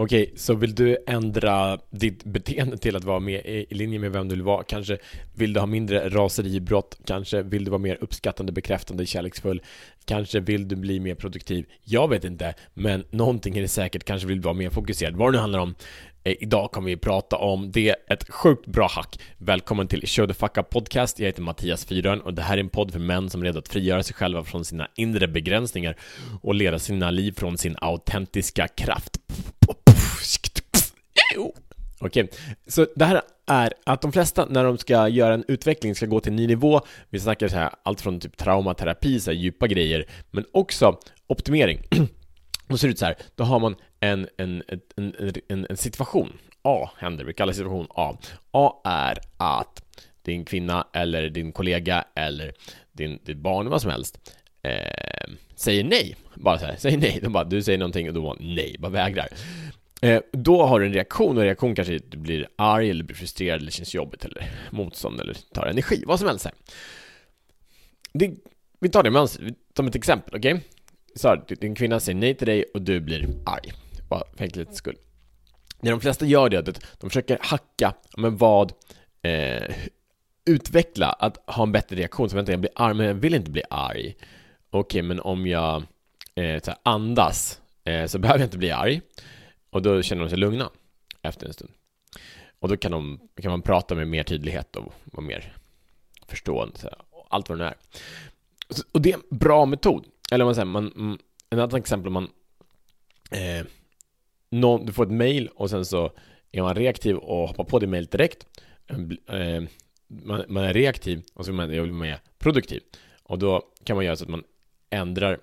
Okej, så vill du ändra ditt beteende till att vara mer i linje med vem du vill vara? Kanske vill du ha mindre raseribrott? Kanske vill du vara mer uppskattande, bekräftande, kärleksfull? Kanske vill du bli mer produktiv? Jag vet inte, men någonting är det säkert. Kanske vill du vara mer fokuserad. Vad det nu handlar om. Idag kommer vi prata om det. Ett sjukt bra hack. Välkommen till Show the Fuck Up Podcast. Jag heter Mattias Fyrön och det här är en podd för män som är redo att frigöra sig själva från sina inre begränsningar och leda sina liv från sin autentiska kraft. Okej, så det här är att de flesta när de ska göra en utveckling ska gå till en ny nivå. Vi snackar så här, allt från typ traumaterapi, så här djupa grejer, men också optimering. Då ser det ut så här, då har man en situation. A händer, vi kallar situation A. A är att din kvinna eller din kollega eller ditt barn, vad som helst, säger nej. Bara så här, säger nej. De bara, du säger någonting och då bara nej, bara vägrar. Då har du en reaktion, och reaktion kanske du blir arg eller blir frustrerad eller känns jobbigt eller motstånd eller tar energi, vad som helst här. Vi tar det mönstret som ett exempel, okej? Så din kvinna säger nej till dig och du blir arg, bara för enkelhetens skull. När de flesta gör det, att de försöker hacka, men vad utveckla att ha en bättre reaktion. Så vänta, jag blir arg men jag vill inte bli arg. Okej, men om jag så här, andas så behöver jag inte bli arg. Och då känner de sig lugna efter en stund. Och då kan man prata med mer tydlighet och vara mer förstående. Så här, allt vad det är. Och det är en bra metod. Eller om man säger, en annan exempel, du får ett mejl och sen så är man reaktiv och hoppar på det mejlet direkt. Man är reaktiv och så vill man vara produktiv. Och då kan man göra så att man ändrar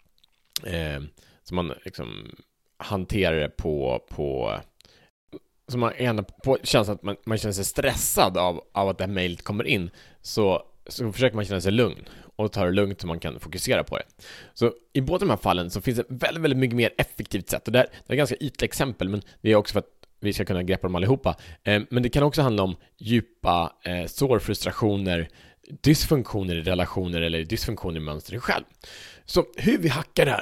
så man liksom hanterar det på så man ändrar på känslan att man känner sig stressad av att det här mejlet kommer in, så försöker man känna sig lugn och ta det lugnt så man kan fokusera på det. Så i båda de här fallen så finns det väldigt, väldigt mycket mer effektivt sätt. Och det är ganska ytliga exempel, men det är också för att vi ska kunna greppa dem allihopa. Men det kan också handla om djupa sår, frustrationer, dysfunktioner i relationer eller dysfunktioner i mönster i själv. Så hur vi hackar det här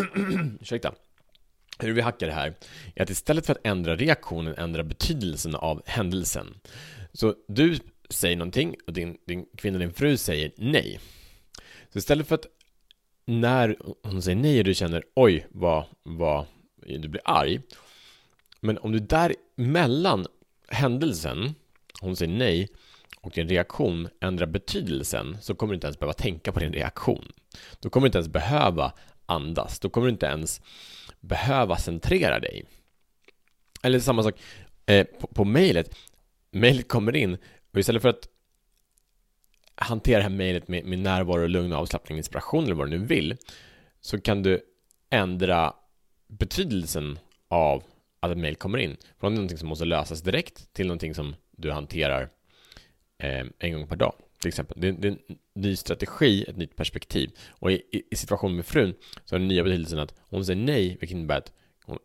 hur vi hackar det här är att istället för att ändra reaktionen, ändra betydelsen av händelsen. Så du säger någonting och din kvinna, din fru säger nej. Så istället för att när hon säger nej och du känner oj, vad du blir arg. Men om du där mellan händelsen, hon säger nej, och din reaktion ändrar betydelsen, så kommer du inte ens behöva tänka på din reaktion. Då kommer du inte ens behöva andas. Då kommer du inte ens behöva centrera dig. Eller samma sak på mejlet. Mejlet kommer in och istället för att hantera det här mejlet med närvaro, lugn, avslappning, inspiration eller vad du nu vill, så kan du ändra betydelsen av att ett mejl kommer in. Från någonting som måste lösas direkt till någonting som du hanterar en gång per dag. Till exempel. Det är en ny strategi, ett nytt perspektiv. Och i situationen med frun så är den nya betydelsen att hon säger nej, vilket innebär att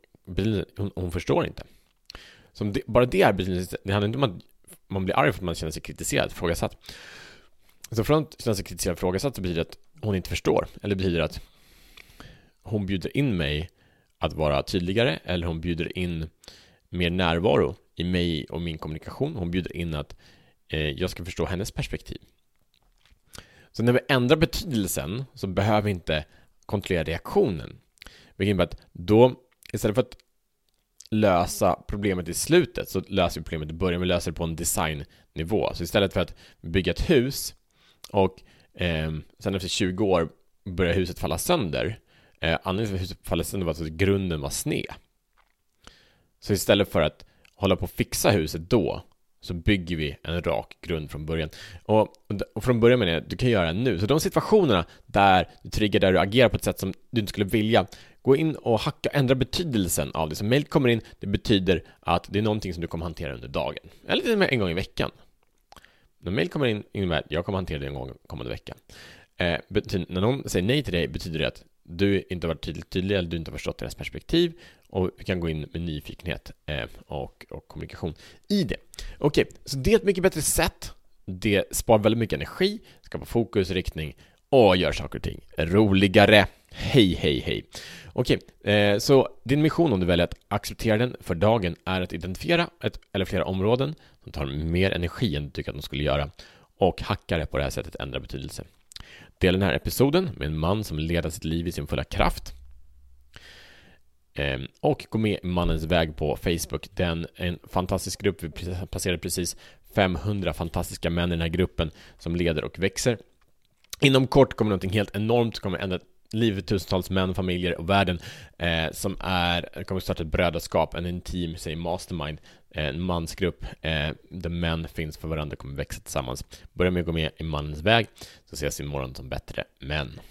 hon förstår inte. Så bara det är betydelsen. Det handlar inte om att man blir arg för att man känner sig kritiserad, frågasatt. Så från att känna sig kritiserad, frågasatt, så betyder det att hon inte förstår. Eller betyder att hon bjuder in mig att vara tydligare, eller hon bjuder in mer närvaro i mig och min kommunikation. Hon bjuder in att jag ska förstå hennes perspektiv. Så när vi ändrar betydelsen så behöver vi inte kontrollera reaktionen. Vilket innebär att då, istället för att lösa problemet i slutet, så löser vi problemet i början. Vi löser det på en designnivå. Så istället för att bygga ett hus och sen efter 20 år börjar huset falla sönder. Anledningen till att huset faller sönder var att grunden var sned. Så istället för att hålla på att fixa huset då, så bygger vi en rak grund från början. Och från början menar jag, du kan göra nu. Så de situationerna där du triggar, där du agerar på ett sätt som du inte skulle vilja, gå in och hacka, ändra betydelsen av det. Så mejl kommer in, det betyder att det är någonting som du kommer hantera under dagen. Eller till och med en gång i veckan. När mejl kommer in, innebär att jag kommer hantera det en gång kommande vecka. När någon säger nej till dig, betyder det att du inte har varit tydlig eller du inte har förstått deras perspektiv, och vi kan gå in med nyfikenhet och kommunikation i det. Okej, så det är ett mycket bättre sätt. Det sparar väldigt mycket energi, skapar fokus, riktning och gör saker och ting roligare. Hej. Okej, så din mission om du väljer att acceptera den för dagen är att identifiera ett eller flera områden som tar mer energi än du tycker att de skulle göra och hacka det på det här sättet ändra betydelse. Dela den här episoden med en man som leder sitt liv i sin fulla kraft. Och gå med i Mannens väg på Facebook. Den är en fantastisk grupp. Vi passerade precis 500 fantastiska män i den här gruppen som leder och växer. Inom kort kommer någonting helt enormt, kommer ändra livet tusentals män, familjer och världen kommer starta ett brödraskap, en intim, säg mastermind, en mansgrupp där män finns för varandra, kommer växa tillsammans. Börja med att gå med i Mannens väg, så ses vi imorgon som bättre män.